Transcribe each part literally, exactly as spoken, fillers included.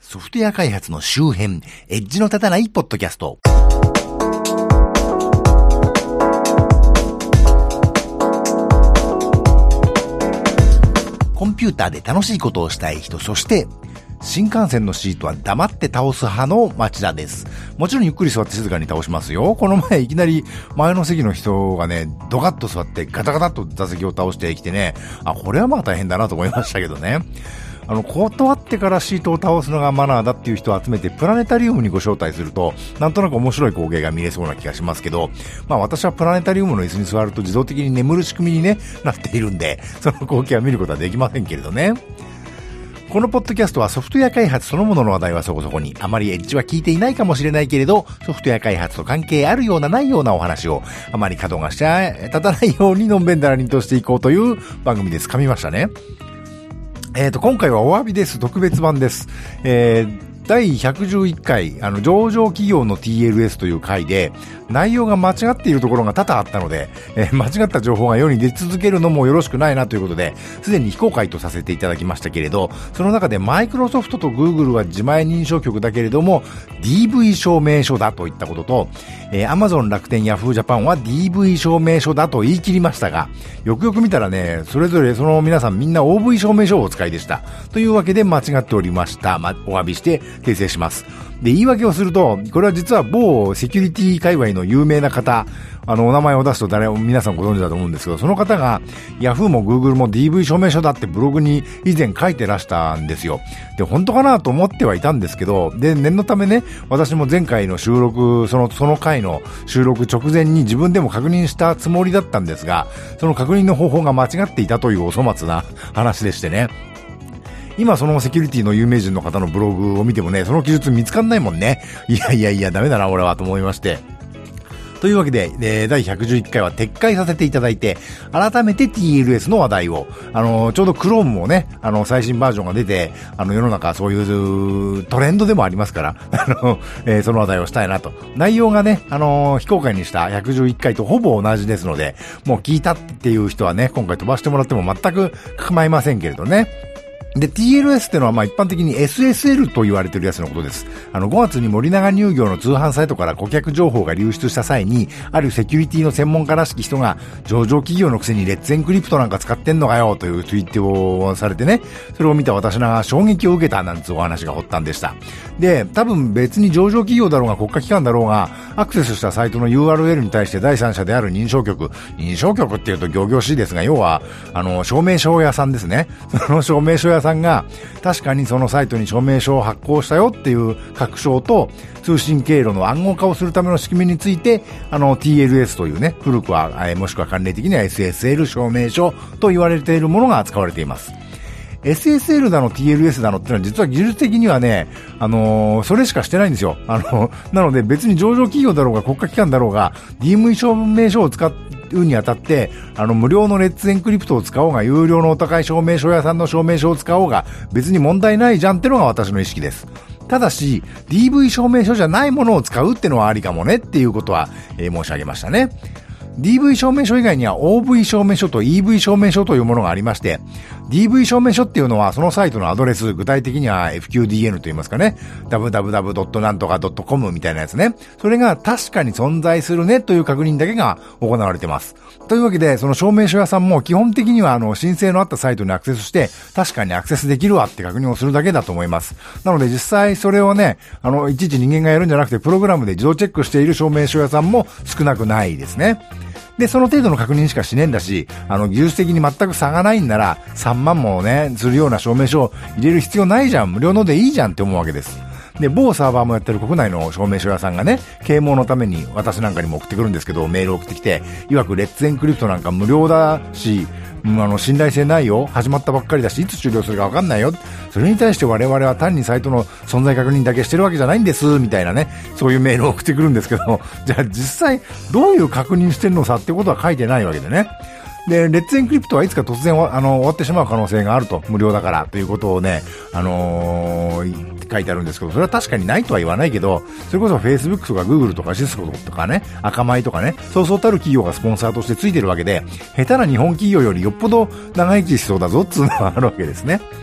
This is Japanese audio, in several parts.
ソフトウェア開発の周辺、エッジの立たないポッドキャスト。コンピューターで楽しいことをしたい人、そして新幹線のシートは黙って倒す派の町田です。もちろんゆっくり座って静かに倒しますよ。この前いきなり前の席の人がね、ドカッと座ってガタガタっと座席を倒してきてね、あ、これはまあ大変だなと思いましたけどね。あの、断ってからシートを倒すのがマナーだっていう人を集めてプラネタリウムにご招待すると、なんとなく面白い光景が見れそうな気がしますけど、まあ私はプラネタリウムの椅子に座ると自動的に眠る仕組みに、ね、なっているんで、その光景は見ることはできませんけれどね。このポッドキャストはソフトウェア開発そのものの話題はそこそこに、あまりエッジは聞いていないかもしれないけれど、ソフトウェア開発と関係あるようなないようなお話を、あまり角がしちゃ立たないようにのんべんだらりんとしていこうという番組です。噛みましたね。えーと、今回はお詫びです。特別版です。えーだいひゃくじゅういっかい、あの、上場企業の ティーエルエス という回で、内容が間違っているところが多々あったので、えー、間違った情報が世に出続けるのもよろしくないなということで、すでに非公開とさせていただきましたけれど、その中でマイクロソフトと Google は自前認証局だけれども、ディーブイ 証明書だといったことと、えー、Amazon、楽天、Yahoo Japan は ディーブイ 証明書だと言い切りましたが、よくよく見たらね、それぞれその皆さんみんな オーブイ 証明書をお使いでした。というわけで間違っておりました。ま、お詫びして訂正します。で、言い訳をすると、これは実は某セキュリティ界隈の有名な方、あの、お名前を出すと誰も皆さんご存知だと思うんですけど、その方が Yahoo も Google も ディーブイ 証明書だってブログに以前書いてらしたんですよ。で、本当かなと思ってはいたんですけど、で、念のためね、私も前回の収録、その、その回の収録直前に自分でも確認したつもりだったんですが、その確認の方法が間違っていたというお粗末な話でしてね。今そのセキュリティの有名人の方のブログを見てもね、その記述見つかんないもんね。いやいやいや、ダメだな俺はと思いまして。というわけで、えー、だいひゃくじゅういっかいは撤回させていただいて、改めて ティーエルエス の話題を、あのー、ちょうど Chrome もね、あの、最新バージョンが出て、あの、世の中そういうトレンドでもありますから、あの、えー、その話題をしたいなと。内容がね、あのー、非公開にしたひゃくじゅういっかいとほぼ同じですので、もう聞いたっていう人はね、今回飛ばしてもらっても全く構いませんけれどね。で、ティーエルエス ってのはまあ一般的に エスエスエル と言われているやつのことです。あのごがつに森永乳業の通販サイトから顧客情報が流出した際に、あるセキュリティの専門家らしき人が上場企業のくせにレッツエンクリプトなんか使ってんのかよというツイートをされてね、それを見た私が衝撃を受けたなんつうお話が発端でした。で、多分別に上場企業だろうが国家機関だろうが、アクセスしたサイトの ユーアールエル に対して第三者である認証局、認証局っていうと仰々しいですが、要は、あの、証明書屋さんですね。その証明書屋さんが確かにそのサイトに証明書を発行したよっていう確証と通信経路の暗号化をするための仕組みについて、あの ティーエルエス というね、古くは、もしくは関連的には エスエスエル 証明書と言われているものが扱われています。エスエスエル だの ティーエルエス だのってのは実は技術的にはね、あのー、それしかしてないんですよ。あの、なので別に上場企業だろうが国家機関だろうが ディーブイ 証明書を使ってにあたって、あの、無料のレッツエンクリプトを使おうが、有料のお高い証明書屋さんの証明書を使おうが、別に問題ないじゃんってのが私の意識です。ただし、ディーブイ 証明書じゃないものを使うってのはありかもねっていうことは、えー、申し上げましたね。ディーブイ 証明書以外には オーブイ 証明書と イーブイ 証明書というものがありまして、ディーブイ 証明書っていうのはそのサイトのアドレス、具体的には エフキューディーエヌ と言いますかね、ダブダブダブドットなんとかドットコム みたいなやつね。それが確かに存在するねという確認だけが行われています。というわけで、その証明書屋さんも基本的にはあの申請のあったサイトにアクセスして、確かにアクセスできるわって確認をするだけだと思います。なので実際それをね、あの、いちいち人間がやるんじゃなくて、プログラムで自動チェックしている証明書屋さんも少なくないですね。で、その程度の確認しかしねえんだし、あの、技術的に全く差がないんなら、さんまんもね、するような証明書を入れる必要ないじゃん、無料のでいいじゃんって思うわけです。で、某サーバーもやってる国内の証明書屋さんがね、啓蒙のために私なんかにも送ってくるんですけど、メールを送ってきて、いわくレッツエンクリプトなんか無料だし、あの、信頼性ないよ、始まったばっかりだし、いつ終了するかわかんないよ。それに対して我々は単にサイトの存在確認だけしてるわけじゃないんです、みたいなね、そういうメールを送ってくるんですけど、じゃあ実際どういう確認してるのさってことは書いてないわけでね。で、レッツエンクリプトはいつか突然あの終わってしまう可能性があると、無料だからということをね、あのー、書いてあるんですけど、それは確かにないとは言わないけど、それこそ Facebook とか Google とかシスコとかね、赤米とかね、そうそうたる企業がスポンサーとしてついてるわけで、下手な日本企業よりよっぽど長生きしそうだぞっつうのはあるわけですね。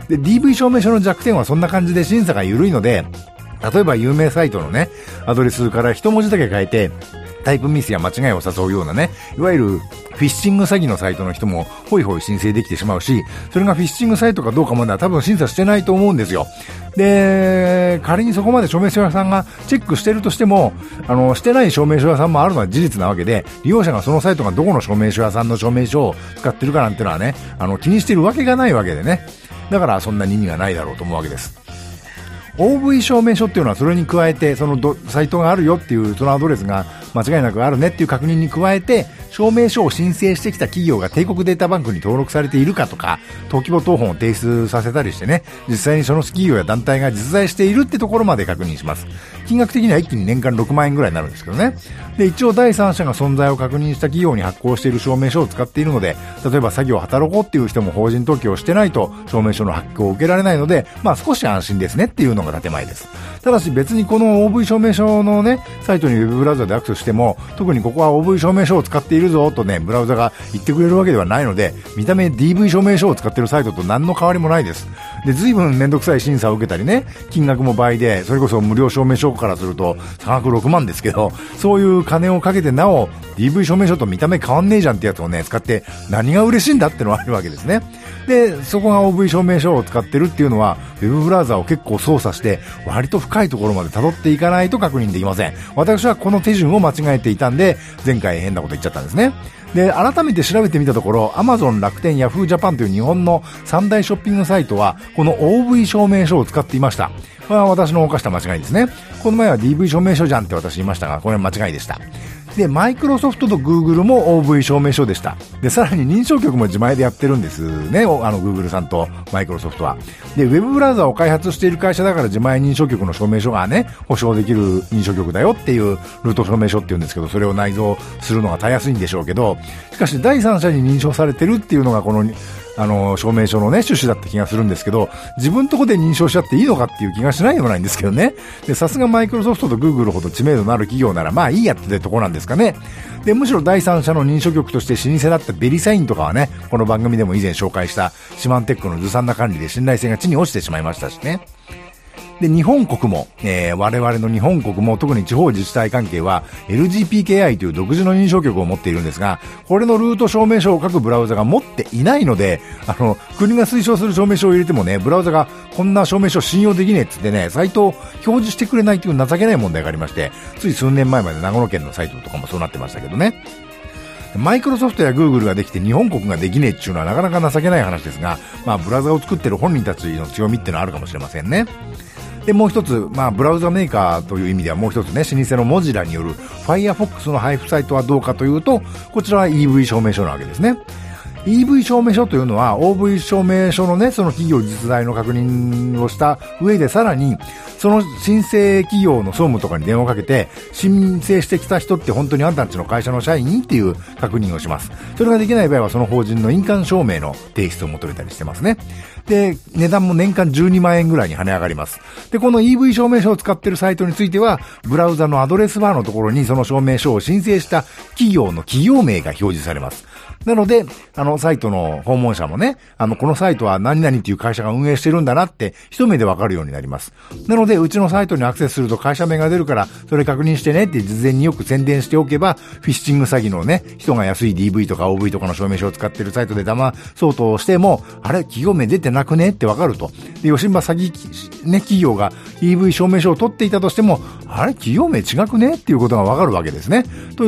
で、ディーブイ 証明書の弱点はそんな感じで審査が緩いので、例えば有名サイトのね、アドレスから一文字だけ変えて、タイプミスや間違いを誘うようなね、いわゆるフィッシング詐欺のサイトの人もホイホイ申請できてしまうし、それがフィッシングサイトかどうかまでは多分審査してないと思うんですよ。で、仮にそこまで証明書屋さんがチェックしてるとしても、あの、してない証明書屋さんもあるのは事実なわけで、利用者がそのサイトがどこの証明書屋さんの証明書を使ってるかなんてのはね、あの、気にしてるわけがないわけでね。だからそんなに意味がないだろうと思うわけです。オーブイ 証明書っていうのはそれに加えて、そのどサイトがあるよっていうそのアドレスが間違いなくあるねっていう確認に加えて、証明書を申請してきた企業が帝国データバンクに登録されているかとか、登記簿謄本を提出させたりしてね、実際にその企業や団体が実在しているってところまで確認します。金額的には一気に年間ろくまんえんぐらいになるんですけどね。で、一応第三者が存在を確認した企業に発行している証明書を使っているので、例えば作業を働こうっていう人も法人登記をしてないと証明書の発行を受けられないので、まあ少し安心ですねっていうのが建前です。ただし別にこの オーブイ 証明書のね、サイトにウェブブラウザでアクセスしても、特にここは オーブイ 証明書を使っているぞとね、ブラウザが言ってくれるわけではないので、見た目 ディーブイ 証明書を使っているサイトと何の変わりもないです。で、随分めんどくさい審査を受けたりね、金額も倍で、それこそ無料証明書からすると差額ろくまんですけど、そういう金をかけてなお ディーブイ 証明書と見た目変わんねえじゃんってやつをね、使って何が嬉しいんだってのはあるわけですね。で、そこが オーブイ 証明書を使ってるっていうのは、ウェブブラウザを結構操作して、割と深いところまで辿っていかないと確認できません。私はこの手順を間違えていたんで、前回変なこと言っちゃったんですね。で、改めて調べてみたところ、Amazon、楽天、Yahoo! Japan という日本の三大ショッピングサイトは、この オーブイ 証明書を使っていました。これは私の犯した間違いですね。この前は ディーブイ 証明書じゃんって私言いましたが、これは間違いでした。で、マイクロソフトとグーグルも オーブイ 証明書でした。で、さらに認証局も自前でやってるんですね。あの、グーグルさんとマイクロソフトは。で、ウェブブラウザを開発している会社だから自前認証局の証明書がね、保証できる認証局だよっていうルート証明書っていうんですけど、それを内蔵するのがたやすいんでしょうけど、しかし第三者に認証されてるっていうのがこの、あの、証明書のね、趣旨だった気がするんですけど、自分とこで認証しちゃっていいのかっていう気がしないでもないんですけどね。で、さすがマイクロソフトとグーグルほど知名度のある企業なら、まあいいやってとこなんですかね。で、むしろ第三者の認証局として老舗だったベリサインとかはね、この番組でも以前紹介したシマンテックのずさんな管理で信頼性が地に落ちてしまいましたしね。で、日本国も、えー、我々の日本国も特に地方自治体関係は エルジーピーケーアイ という独自の認証局を持っているんですが、これのルート証明書を各ブラウザが持っていないので、あの、国が推奨する証明書を入れてもね、ブラウザがこんな証明書信用できねえっつってね、サイトを表示してくれないという情けない問題がありまして、つい数年前まで長野県のサイトとかもそうなってましたけどね。マイクロソフトやグーグルができて日本国ができねえっていうのはなかなか情けない話ですが、まあブラウザを作ってる本人たちの強みっていうのはあるかもしれませんね。で、もう一つ、まあ、ブラウザメーカーという意味ではもう一つね、老舗のモジラによる Firefox の配布サイトはどうかというと、こちらは イーブイ 証明書なわけですね。イーブイ 証明書というのは オーブイ 証明書のね、その企業実在の確認をした上でさらに、その申請企業の総務とかに電話をかけて、申請してきた人って本当にあんたんちの会社の社員っていう確認をします。それができない場合はその法人の印鑑証明の提出を求めたりしてますね。で、値段も年間じゅうにまんえんぐらいに跳ね上がります。で、この イーブイ 証明書を使っているサイトについては、ブラウザのアドレスバーのところにその証明書を申請した企業の企業名が表示されます。なので、あの、サイトの訪問者もね、あの、このサイトは何々っていう会社が運営してるんだなって、一目でわかるようになります。なので、うちのサイトにアクセスすると会社名が出るから、それ確認してねって事前によく宣伝しておけば、フィッシング詐欺のね、人が安い ディーブイ とか オーブイ とかの証明書を使ってるサイトで騙そうとしても、あれ、企業名出てなくねってわかると。で、吉羽詐欺、ね、企業が イーブイ 証明書を取っていたとしても、あれ、企業名違くねっていうことがわかるわけですね。という、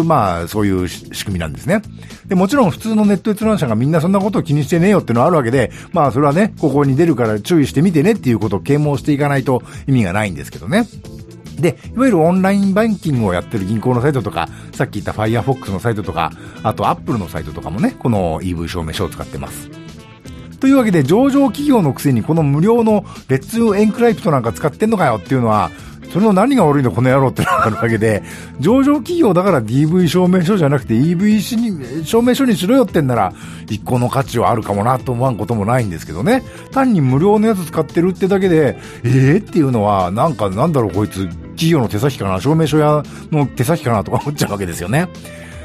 まあ、そういう仕組みなんですね。で、もちろん普通のネット閲覧者がみんなそんなことを気にしてねえよっていうのはあるわけで、まあそれはね、ここに出るから注意してみてねっていうことを啓蒙していかないと意味がないんですけどね。で、いわゆるオンラインバンキングをやってる銀行のサイトとか、さっき言った Firefox のサイトとか、あと Apple のサイトとかもね、この イーブイ 証明書を使ってます。というわけで、上場企業のくせにこの無料のレッツエンクライプトなんか使ってんのかよっていうのは、それの何が悪いのこの野郎ってのがあるわけで、上場企業だから ディーブイ 証明書じゃなくて イーブイ 証明書にしろよってんなら一個の価値はあるかもなと思わんこともないんですけどね。単に無料のやつ使ってるってだけで、えーっていうのはなんかなんだろうこいつ企業の手先かな、証明書屋の手先かなとか思っちゃうわけですよね。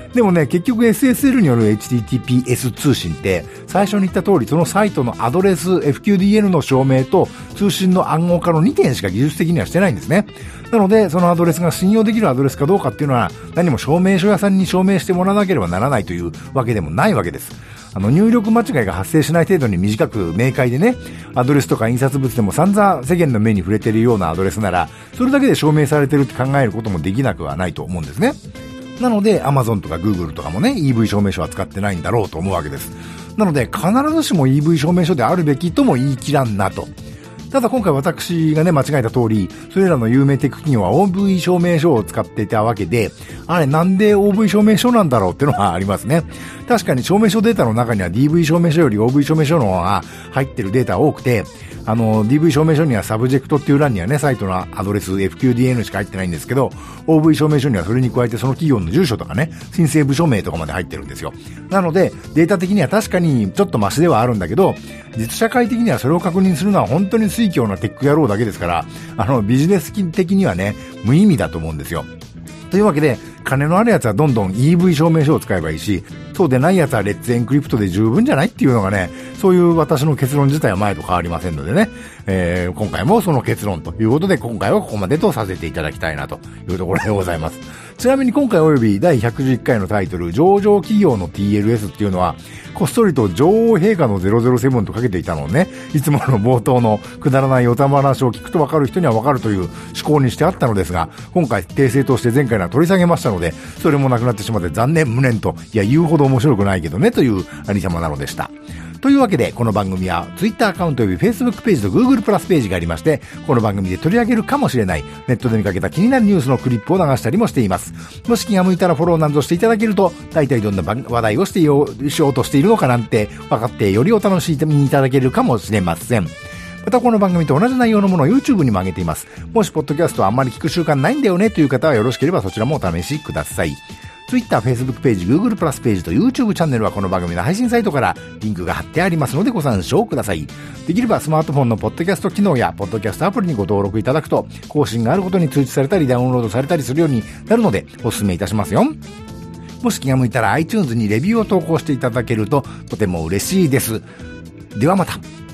でもね、結局 エスエスエル による エイチティーティーピーエス 通信って、最初に言った通り、そのサイトのアドレス、エフキューディーエヌ の証明と通信の暗号化のにてんしか技術的にはしてないんですね。なので、そのアドレスが信用できるアドレスかどうかっていうのは、何も証明書屋さんに証明してもらわなければならないというわけでもないわけです。あの、入力間違いが発生しない程度に短く明快でね、アドレスとか印刷物でも散々世間の目に触れているようなアドレスなら、それだけで証明されてるって考えることもできなくはないと思うんですね。なので Amazon とか Google とかもね イーブイ 証明書は使ってないんだろうと思うわけです。なので必ずしも イーブイ 証明書であるべきとも言い切らんなと。ただ今回私がね間違えた通り、それらの有名テック企業は オーブイ 証明書を使っていたわけで、あれなんで オーブイ 証明書なんだろうっていうのはありますね。確かに証明書データの中には ディーブイ 証明書より オーブイ 証明書の方が入ってるデータが多くて、あの ディーブイ 証明書にはサブジェクトっていう欄にはねサイトのアドレス エフキューディーエヌ しか入ってないんですけど、 オーブイ 証明書にはそれに加えてその企業の住所とかね申請部署名とかまで入ってるんですよ。なのでデータ的には確かにちょっとマシではあるんだけど、実社会的にはそれを確認するのは本当に水教なテック野郎だけですから、あのビジネス的にはね無意味だと思うんですよ。というわけで金のあるやつはどんどん イーブイ 証明書を使えばいいし、そうでないやつはレッツエンクリプトで十分じゃないっていうのがね、そういう私の結論自体は前と変わりませんのでね、えー、今回もその結論ということで今回はここまでとさせていただきたいなというところでございます。ちなみに今回およびだいひゃくじゅういっかいのタイトル上場企業の ティーエルエス っていうのはこっそりと女王陛下のゼロゼロセブンとかけていたのをね、いつもの冒頭のくだらないおたま話を聞くと分かる人には分かるという思考にしてあったのですが、今回訂正として前回のは取り下げましたので、それもなくなってしまって残念無念と、いや言うほど面白くないけどねというありさまなのでした。というわけでこの番組は Twitter アカウント及び Facebook ページと Google プラスページがありまして、この番組で取り上げるかもしれないネットで見かけた気になるニュースのクリップを流したりもしています。もし気が向いたらフォローなどしていただけると、大体どんな話題をしてようしようとしているのかなんて分かってよりお楽しみいただけるかもしれません。またこの番組と同じ内容のものを YouTube にも上げています。もしポッドキャストはあんまり聞く習慣ないんだよねという方はよろしければそちらもお試しください。Twitter、Facebook ページ、Google プラスページと YouTube チャンネルはこの番組の配信サイトからリンクが貼ってありますのでご参照ください。できればスマートフォンのポッドキャスト機能やポッドキャストアプリにご登録いただくと更新があることに通知されたりダウンロードされたりするようになるのでお勧めいたしますよ。もし気が向いたら iTunes にレビューを投稿していただけるととても嬉しいです。ではまた。